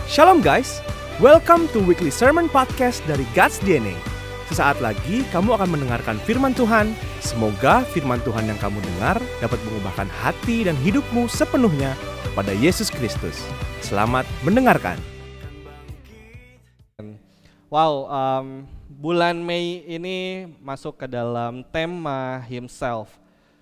Shalom guys, welcome to weekly sermon podcast dari God's DNA. Sesaat lagi kamu akan mendengarkan firman Tuhan. Semoga firman Tuhan yang kamu dengar dapat mengubahkan hati dan hidupmu sepenuhnya kepada Yesus Kristus. Selamat mendengarkan. Wow, bulan Mei ini masuk ke dalam tema Himself.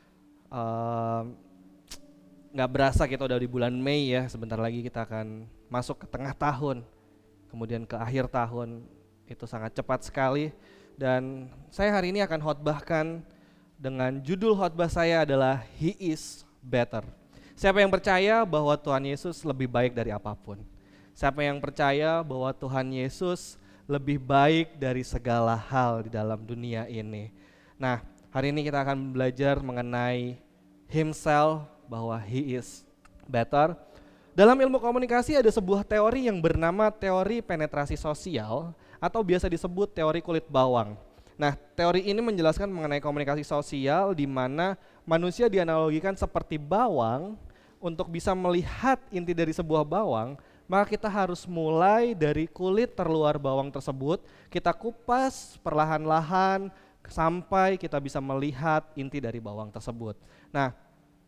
Nggak berasa kita udah di bulan Mei ya, sebentar lagi kita akan masuk ke tengah tahun, kemudian ke akhir tahun, itu sangat cepat sekali. Dan saya hari ini akan khotbahkan dengan judul khotbah saya adalah He is better. Siapa yang percaya bahwa Tuhan Yesus lebih baik dari apapun? Siapa yang percaya bahwa Tuhan Yesus lebih baik dari segala hal di dalam dunia ini? Nah, hari ini kita akan belajar mengenai Himself, bahwa He is better. Dalam ilmu komunikasi ada sebuah teori yang bernama teori penetrasi sosial atau biasa disebut teori kulit bawang. Nah, teori ini menjelaskan mengenai komunikasi sosial di mana manusia dianalogikan seperti bawang. Untuk bisa melihat inti dari sebuah bawang, maka kita harus mulai dari kulit terluar bawang tersebut, kita kupas perlahan-lahan sampai kita bisa melihat inti dari bawang tersebut. Nah,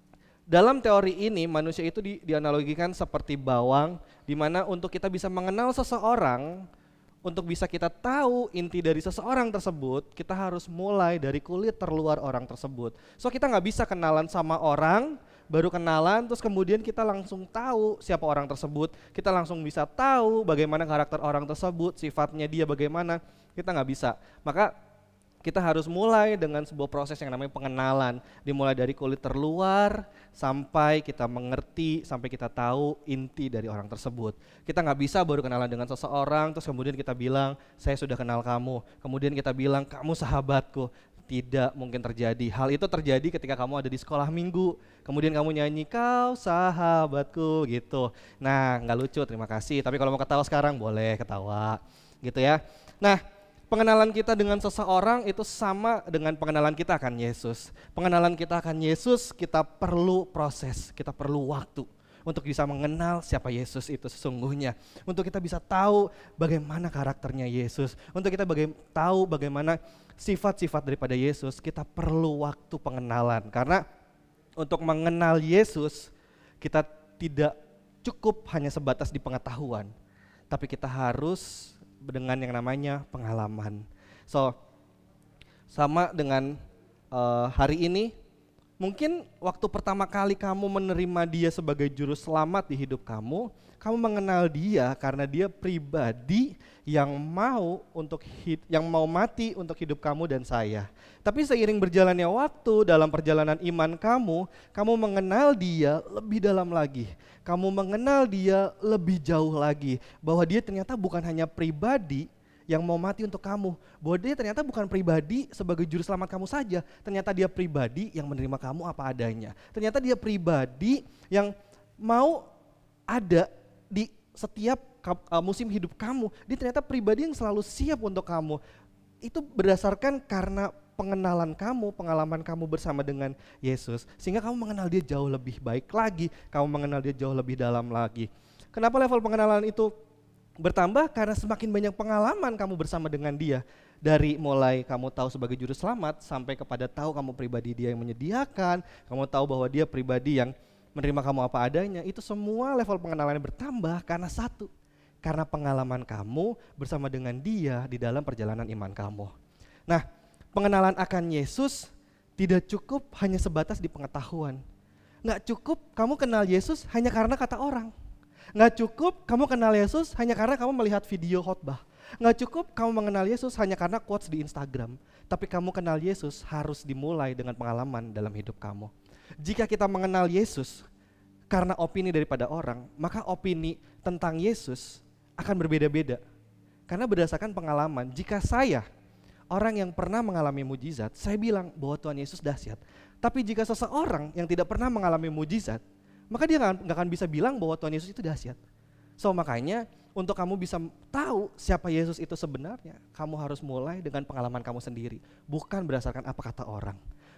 dalam teori ini manusia itu dianalogikan seperti bawang, di mana untuk kita bisa mengenal seseorang, untuk bisa kita tahu inti dari seseorang tersebut, kita harus mulai dari kulit terluar orang tersebut. So kita nggak bisa kenalan sama orang, baru kenalan terus kemudian kita langsung tahu siapa orang tersebut, kita langsung bisa tahu bagaimana karakter orang tersebut, sifatnya dia bagaimana, kita nggak bisa. Maka kita harus mulai dengan sebuah proses yang namanya pengenalan, dimulai dari kulit terluar sampai kita mengerti, sampai kita tahu inti dari orang tersebut. Kita nggak bisa baru kenalan dengan seseorang terus kemudian kita bilang saya sudah kenal kamu, kemudian kita bilang kamu sahabatku. Tidak mungkin terjadi. Hal itu terjadi ketika kamu ada di sekolah minggu, kemudian kamu nyanyi kau sahabatku gitu. Nah, nggak lucu, terima kasih. Tapi kalau mau ketawa sekarang boleh ketawa gitu ya. Nah, pengenalan kita dengan seseorang itu sama dengan pengenalan kita akan Yesus. Pengenalan kita akan Yesus, kita perlu proses, kita perlu waktu untuk bisa mengenal siapa Yesus itu sesungguhnya. Untuk kita bisa tahu bagaimana karakternya Yesus, untuk kita tahu bagaimana sifat-sifat daripada Yesus, kita perlu waktu pengenalan. Karena untuk mengenal Yesus, kita tidak cukup hanya sebatas di pengetahuan, tapi kita harus dengan yang namanya pengalaman. So, sama dengan hari ini, mungkin waktu pertama kali kamu menerima dia sebagai juru selamat di hidup kamu mengenal dia karena dia pribadi yang mau mati untuk hidup kamu dan saya. Tapi seiring berjalannya waktu dalam perjalanan iman kamu mengenal dia lebih dalam lagi. Kamu mengenal dia lebih jauh lagi, bahwa dia ternyata bukan hanya pribadi yang mau mati untuk kamu, bahwa dia ternyata bukan pribadi sebagai juru selamat kamu saja, ternyata dia pribadi yang menerima kamu apa adanya. Ternyata dia pribadi yang mau ada di setiap musim hidup kamu. Dia ternyata pribadi yang selalu siap untuk kamu. Itu berdasarkan karena pengenalan kamu, pengalaman kamu bersama dengan Yesus, sehingga kamu mengenal dia jauh lebih baik lagi, kamu mengenal dia jauh lebih dalam lagi. Kenapa level pengenalan itu bertambah? Karena semakin banyak pengalaman kamu bersama dengan dia, dari mulai kamu tahu sebagai juru selamat sampai kepada tahu kamu pribadi dia yang menyediakan, kamu tahu bahwa dia pribadi yang menerima kamu apa adanya, itu semua level pengenalannya bertambah karena pengalaman kamu bersama dengan dia di dalam perjalanan iman kamu. Nah, pengenalan akan Yesus tidak cukup hanya sebatas di pengetahuan. Nggak cukup kamu kenal Yesus hanya karena kata orang. Nggak cukup kamu kenal Yesus hanya karena kamu melihat video khotbah. Nggak cukup kamu mengenal Yesus hanya karena quotes di Instagram. Tapi kamu kenal Yesus harus dimulai dengan pengalaman dalam hidup kamu. Jika kita mengenal Yesus karena opini daripada orang, maka opini tentang Yesus akan berbeda-beda. Karena berdasarkan pengalaman, jika saya orang yang pernah mengalami mujizat, saya bilang bahwa Tuhan Yesus dahsyat. Tapi jika seseorang yang tidak pernah mengalami mujizat, maka dia nggak akan bisa bilang bahwa Tuhan Yesus itu dahsyat. So makanya untuk kamu bisa tahu siapa Yesus itu sebenarnya, kamu harus mulai dengan pengalaman kamu sendiri, bukan berdasarkan apa kata orang.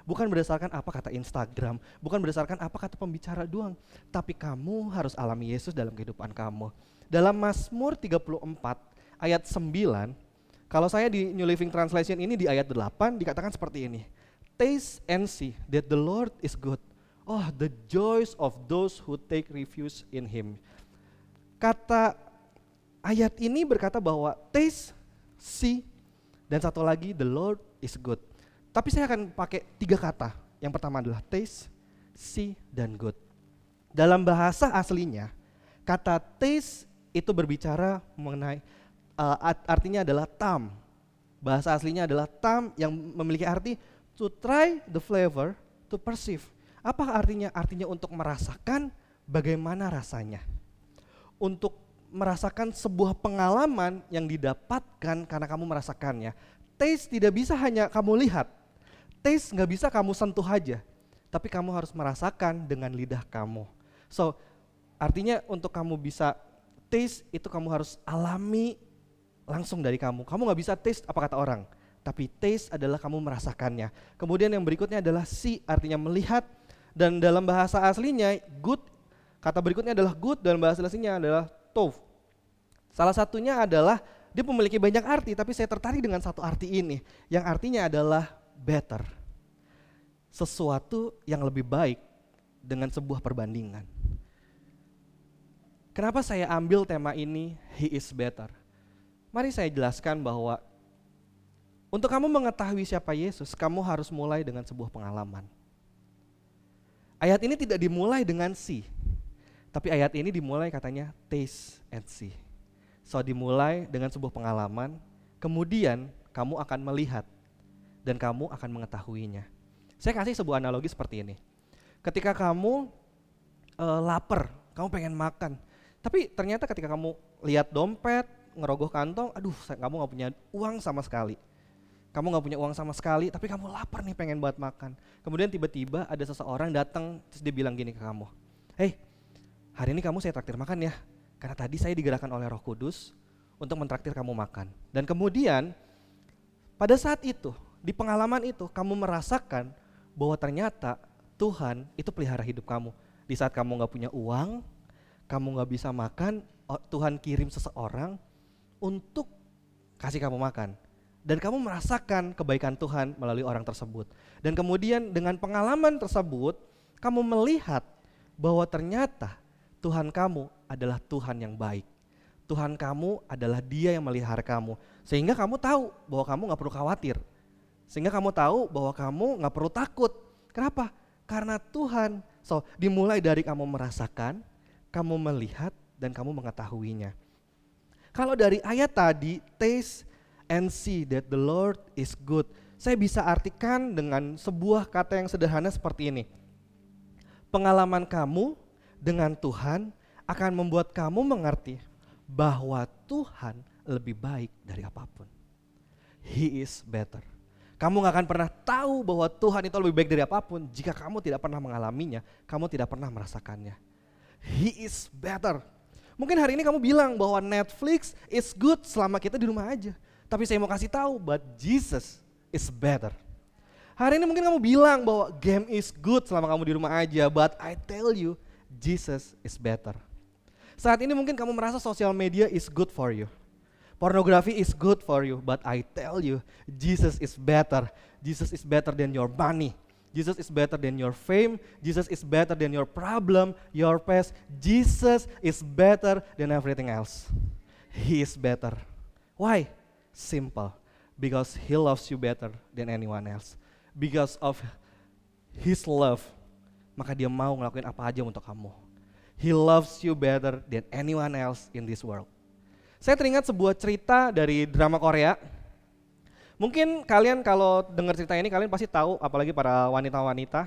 bukan berdasarkan apa kata Instagram, bukan berdasarkan apa kata pembicara doang, tapi kamu harus alami Yesus dalam kehidupan kamu. Dalam Mazmur 34 ayat 9, kalau saya di New Living Translation ini di ayat 8 dikatakan seperti ini. Taste and see that the Lord is good. Oh, the joys of those who take refuge in Him. Kata ayat ini berkata bahwa taste, see, dan satu lagi the Lord is good. Tapi saya akan pakai 3 kata. Yang pertama adalah taste, see, dan good. Dalam bahasa aslinya, kata taste itu berbicara mengenai artinya adalah tam. Bahasa aslinya adalah tam yang memiliki arti to try the flavor, to perceive. Apa artinya? Artinya untuk merasakan bagaimana rasanya. Untuk merasakan sebuah pengalaman yang didapatkan karena kamu merasakannya. Taste tidak bisa hanya kamu lihat. Taste nggak bisa kamu sentuh aja, tapi kamu harus merasakan dengan lidah kamu. So, artinya untuk kamu bisa taste itu kamu harus alami langsung dari kamu. Kamu nggak bisa taste apa kata orang, tapi taste adalah kamu merasakannya. Kemudian yang berikutnya adalah see, artinya melihat. Dan dalam bahasa aslinya good, kata berikutnya adalah good, dalam bahasa aslinya adalah tov. Salah satunya adalah dia memiliki banyak arti, tapi saya tertarik dengan satu arti ini, yang artinya adalah better. Sesuatu yang lebih baik dengan sebuah perbandingan. Kenapa saya ambil tema ini, He is better? Mari saya jelaskan bahwa untuk kamu mengetahui siapa Yesus, kamu harus mulai dengan sebuah pengalaman. Ayat ini tidak dimulai dengan see, tapi ayat ini dimulai katanya taste and see. So dimulai dengan sebuah pengalaman, kemudian kamu akan melihat dan kamu akan mengetahuinya. Saya kasih sebuah analogi seperti ini. Ketika kamu lapar, kamu pengen makan, tapi ternyata ketika kamu lihat dompet, ngerogoh kantong, aduh kamu gak punya uang sama sekali. Kamu gak punya uang sama sekali, tapi kamu lapar nih pengen buat makan. Kemudian tiba-tiba ada seseorang datang, terus dia bilang gini ke kamu, "Hey, hari ini kamu saya traktir makan ya, karena tadi saya digerakkan oleh Roh Kudus untuk mentraktir kamu makan." Dan kemudian pada saat itu, di pengalaman itu, kamu merasakan bahwa ternyata Tuhan itu pelihara hidup kamu. Di saat kamu gak punya uang, kamu gak bisa makan, Tuhan kirim seseorang untuk kasih kamu makan. Dan kamu merasakan kebaikan Tuhan melalui orang tersebut. Dan kemudian dengan pengalaman tersebut, kamu melihat bahwa ternyata Tuhan kamu adalah Tuhan yang baik. Tuhan kamu adalah Dia yang melihara kamu. Sehingga kamu tahu bahwa kamu gak perlu khawatir. Sehingga kamu tahu bahwa kamu gak perlu takut. Kenapa? Karena Tuhan. So, dimulai dari kamu merasakan, kamu melihat, dan kamu mengetahuinya. Kalau dari ayat tadi, taste and see that the Lord is good, saya bisa artikan dengan sebuah kata yang sederhana seperti ini. Pengalaman kamu dengan Tuhan akan membuat kamu mengerti bahwa Tuhan lebih baik dari apapun. He is better. Kamu gak akan pernah tahu bahwa Tuhan itu lebih baik dari apapun jika kamu tidak pernah mengalaminya, kamu tidak pernah merasakannya. He is better. Mungkin hari ini kamu bilang bahwa Netflix is good selama kita di rumah aja. Tapi saya mau kasih tahu, but Jesus is better. Hari ini mungkin kamu bilang bahwa game is good selama kamu di rumah aja, but I tell you, Jesus is better. Saat ini mungkin kamu merasa sosial media is good for you. Pornografi is good for you, but I tell you, Jesus is better. Jesus is better than your money. Jesus is better than your fame. Jesus is better than your problem, your past. Jesus is better than everything else. He is better. Why? Simple. Because He loves you better than anyone else. Because of His love, maka Dia mau ngelakuin apa aja untuk kamu. He loves you better than anyone else in this world. Saya teringat sebuah cerita dari drama Korea. Mungkin kalian kalau dengar cerita ini kalian pasti tahu, apalagi para wanita-wanita.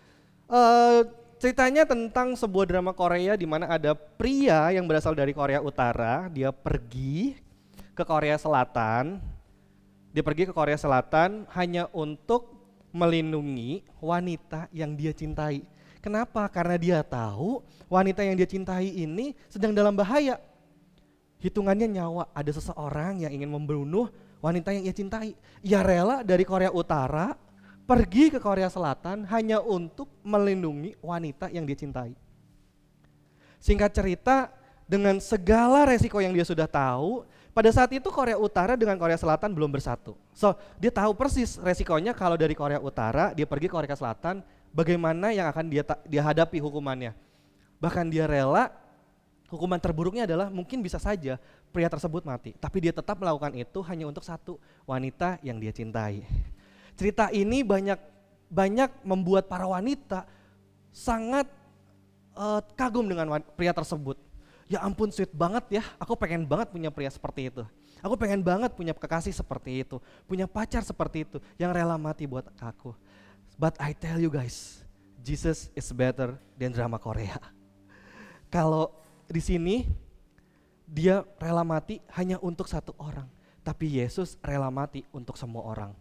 Ceritanya tentang sebuah drama Korea di mana ada pria yang berasal dari Korea Utara, dia pergi ke Korea Selatan. Dia pergi ke Korea Selatan hanya untuk melindungi wanita yang dia cintai. Kenapa? Karena dia tahu wanita yang dia cintai ini sedang dalam bahaya. Hitungannya nyawa, ada seseorang yang ingin membunuh wanita yang ia cintai. Ia rela dari Korea Utara pergi ke Korea Selatan hanya untuk melindungi wanita yang dia cintai. Singkat cerita, dengan segala resiko yang dia sudah tahu, pada saat itu Korea Utara dengan Korea Selatan belum bersatu. So, dia tahu persis resikonya kalau dari Korea Utara dia pergi ke Korea Selatan, bagaimana yang akan dia hadapi hukumannya. Bahkan dia rela, hukuman terburuknya adalah mungkin bisa saja pria tersebut mati, tapi dia tetap melakukan itu hanya untuk satu wanita yang dia cintai. Cerita ini banyak membuat para wanita sangat kagum dengan pria tersebut. Ya ampun, sweet banget ya, aku pengen banget punya pria seperti itu. Aku pengen banget punya kekasih seperti itu, punya pacar seperti itu, yang rela mati buat aku. But I tell you guys, Jesus is better than drama Korea. Kalau di sini, dia rela mati hanya untuk satu orang, tapi Yesus rela mati untuk semua orang.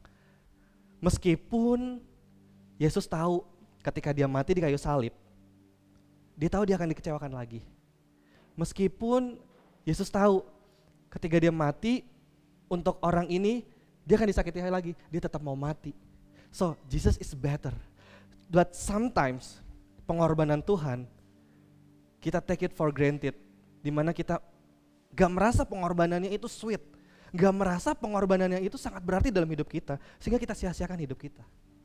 Meskipun Yesus tahu ketika dia mati di kayu salib, dia tahu dia akan dikecewakan lagi. Meskipun Yesus tahu ketika dia mati untuk orang ini, dia akan disakiti lagi, dia tetap mau mati. So, Jesus is better. But sometimes pengorbanan Tuhan, kita take it for granted, dimana kita gak merasa pengorbanannya itu sweet, gak merasa pengorbanannya itu sangat berarti dalam hidup kita, sehingga kita sia-siakan hidup kita.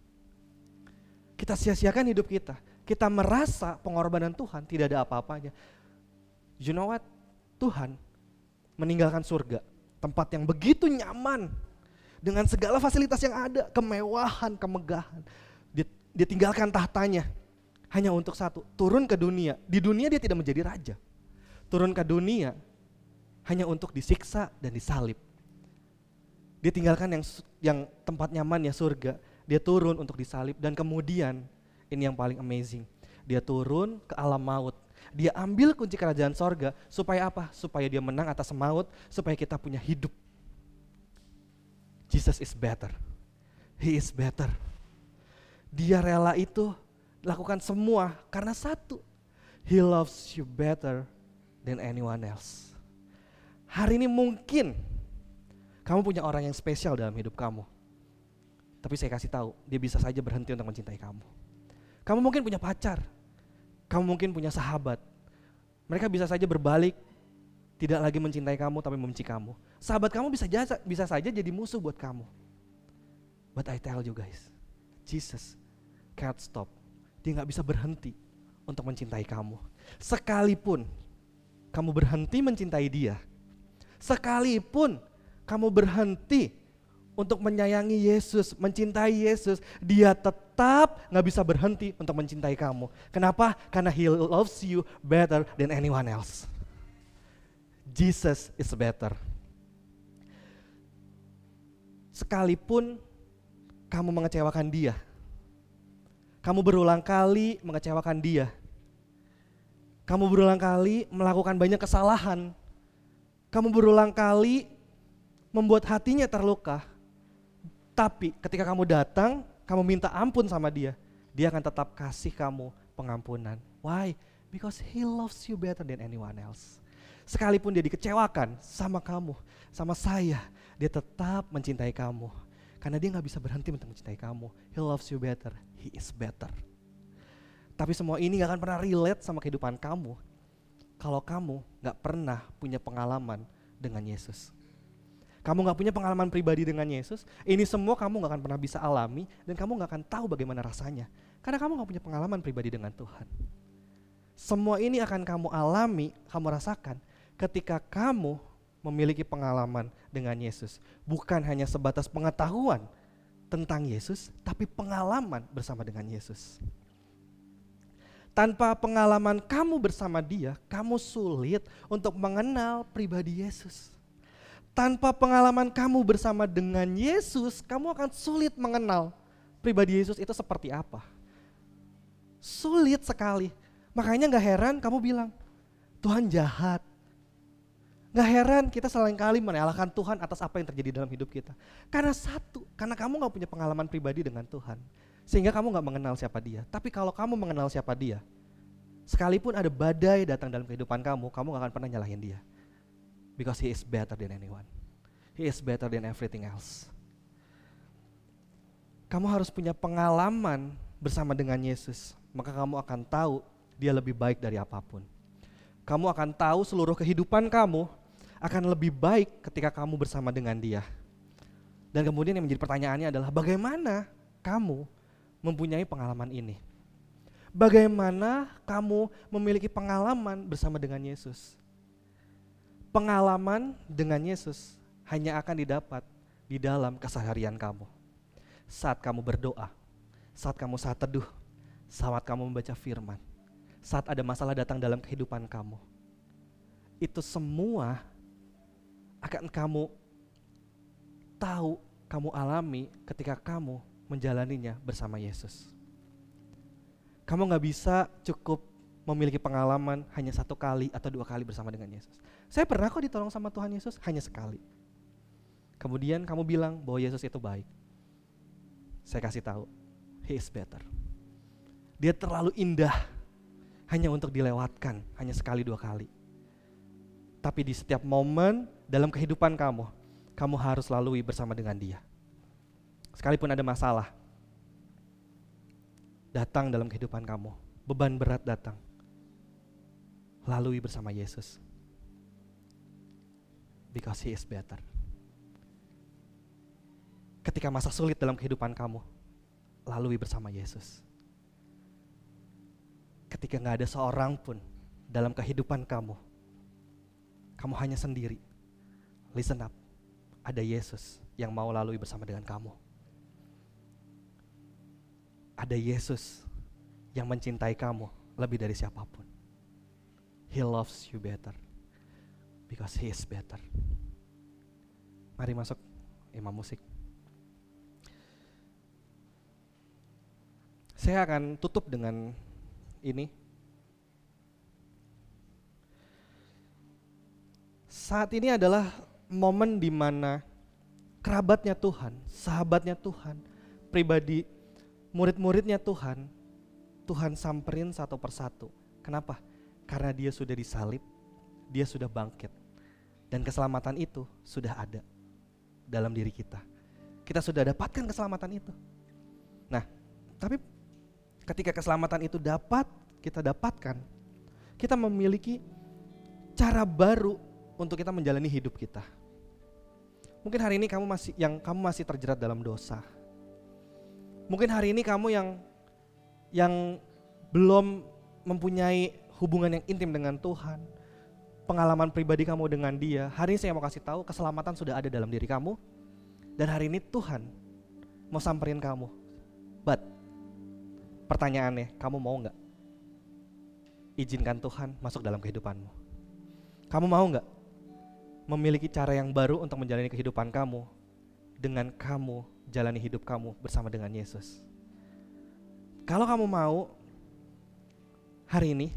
Kita sia-siakan hidup kita, kita merasa pengorbanan Tuhan tidak ada apa-apanya. You know what? Tuhan meninggalkan surga, tempat yang begitu nyaman, dengan segala fasilitas yang ada, kemewahan, kemegahan. Dia tinggalkan tahtanya, hanya untuk satu, turun ke dunia. Di dunia dia tidak menjadi raja. Turun ke dunia, hanya untuk disiksa dan disalib. Dia tinggalkan yang tempat nyamannya surga, dia turun untuk disalib, dan kemudian, ini yang paling amazing, dia turun ke alam maut. Dia ambil kunci kerajaan sorga, supaya apa? Supaya dia menang atas maut, supaya kita punya hidup. Jesus is better. He is better. Dia rela itu, lakukan semua karena satu. He loves you better than anyone else. Hari ini mungkin kamu punya orang yang spesial dalam hidup kamu. Tapi saya kasih tahu, dia bisa saja berhenti untuk mencintai kamu. Kamu mungkin punya pacar. Kamu mungkin punya sahabat, mereka bisa saja berbalik, tidak lagi mencintai kamu tapi membenci kamu. Sahabat kamu bisa saja jadi musuh buat kamu. But I tell you guys, Jesus can't stop. Dia gak bisa berhenti untuk mencintai kamu. Sekalipun kamu berhenti mencintai dia, sekalipun kamu berhenti untuk menyayangi Yesus, mencintai Yesus, dia tetap gak bisa berhenti untuk mencintai kamu. Kenapa? Karena He loves you better than anyone else. Jesus is better. Sekalipun kamu mengecewakan dia, kamu berulang kali mengecewakan dia, kamu berulang kali melakukan banyak kesalahan, kamu berulang kali membuat hatinya terluka, tapi ketika kamu datang, kamu minta ampun sama dia, dia akan tetap kasih kamu pengampunan. Why? Because He loves you better than anyone else. Sekalipun dia dikecewakan sama kamu, sama saya, dia tetap mencintai kamu. Karena dia gak bisa berhenti untuk mencintai kamu. He loves you better, He is better. Tapi semua ini gak akan pernah relate sama kehidupan kamu kalau kamu gak pernah punya pengalaman dengan Yesus. Kamu gak punya pengalaman pribadi dengan Yesus, ini semua kamu gak akan pernah bisa alami dan kamu gak akan tahu bagaimana rasanya. Karena kamu gak punya pengalaman pribadi dengan Tuhan. Semua ini akan kamu alami, kamu rasakan ketika kamu memiliki pengalaman dengan Yesus. Bukan hanya sebatas pengetahuan tentang Yesus, tapi pengalaman bersama dengan Yesus. Tanpa pengalaman kamu bersama dia, kamu sulit untuk mengenal pribadi Yesus. Tanpa pengalaman kamu bersama dengan Yesus, kamu akan sulit mengenal pribadi Yesus itu seperti apa. Sulit sekali. Makanya gak heran kamu bilang, Tuhan jahat. Gak heran kita seringkali menyalahkan Tuhan atas apa yang terjadi dalam hidup kita. Karena satu, karena kamu gak punya pengalaman pribadi dengan Tuhan. Sehingga kamu gak mengenal siapa dia. Tapi kalau kamu mengenal siapa dia, sekalipun ada badai datang dalam kehidupan kamu gak akan pernah nyalahin dia. Because He is better than anyone. He is better than everything else. kamu harus punya pengalaman bersama dengan Yesus. Maka kamu akan tahu dia lebih baik dari apapun. Kamu akan tahu seluruh kehidupan kamu akan lebih baik ketika kamu bersama dengan dia. Dan kemudian yang menjadi pertanyaannya adalah bagaimana kamu mempunyai pengalaman ini? Bagaimana kamu memiliki pengalaman bersama dengan Yesus? Pengalaman dengan Yesus hanya akan didapat di dalam keseharian kamu. Saat kamu berdoa, saat kamu saat teduh, saat kamu membaca firman, saat ada masalah datang dalam kehidupan kamu. Itu semua akan kamu tahu, kamu alami ketika kamu menjalaninya bersama Yesus. Kamu gak bisa cukup memiliki pengalaman hanya 1 kali atau 2 kali bersama dengan Yesus. Saya pernah kok ditolong sama Tuhan Yesus hanya sekali. Kemudian kamu bilang bahwa Yesus itu baik. Saya kasih tahu, He is better. Dia terlalu indah hanya untuk dilewatkan, hanya 1 kali 2 kali. Tapi di setiap momen dalam kehidupan kamu harus lalui bersama dengan dia. Sekalipun ada masalah datang dalam kehidupan kamu, beban berat datang, lalui bersama Yesus. Because He is better. Ketika masa sulit dalam kehidupan kamu, lalui bersama Yesus. Ketika gak ada seorang pun dalam kehidupan kamu hanya sendiri, listen up, ada Yesus yang mau lalui bersama dengan kamu. Ada Yesus yang mencintai kamu lebih dari siapapun. He loves you better because He is better. Mari masuk imam musik. Saya akan tutup dengan ini. Saat ini adalah momen di mana kerabatnya Tuhan, sahabatnya Tuhan, pribadi murid-muridnya Tuhan samperin satu persatu. Kenapa? Karena dia sudah disalib, dia sudah bangkit. Dan keselamatan itu sudah ada dalam diri kita. Kita sudah dapatkan keselamatan itu. Nah, tapi ketika keselamatan itu kita dapatkan, kita memiliki cara baru untuk kita menjalani hidup kita. Mungkin hari ini kamu masih terjerat dalam dosa. Mungkin hari ini kamu yang belum mempunyai hubungan yang intim dengan Tuhan, pengalaman pribadi kamu dengan dia. Hari ini saya mau kasih tahu keselamatan sudah ada dalam diri kamu, dan hari ini Tuhan mau samperin kamu. But pertanyaannya, kamu mau gak izinkan Tuhan masuk dalam kehidupanmu? Kamu mau gak memiliki cara yang baru untuk menjalani kehidupan kamu dengan kamu jalani hidup kamu bersama dengan Yesus? Kalau kamu mau, hari ini,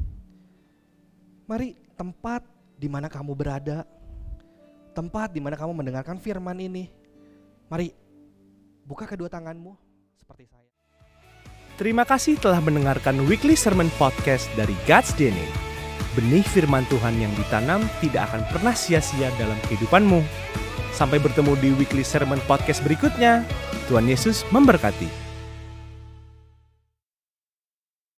mari tempat di mana kamu berada, tempat di mana kamu mendengarkan firman ini, mari buka kedua tanganmu seperti saya. Terima kasih telah mendengarkan Weekly Sermon Podcast dari God's DNA. Benih firman Tuhan yang ditanam tidak akan pernah sia-sia dalam kehidupanmu. Sampai bertemu di Weekly Sermon Podcast berikutnya. Tuhan Yesus memberkati.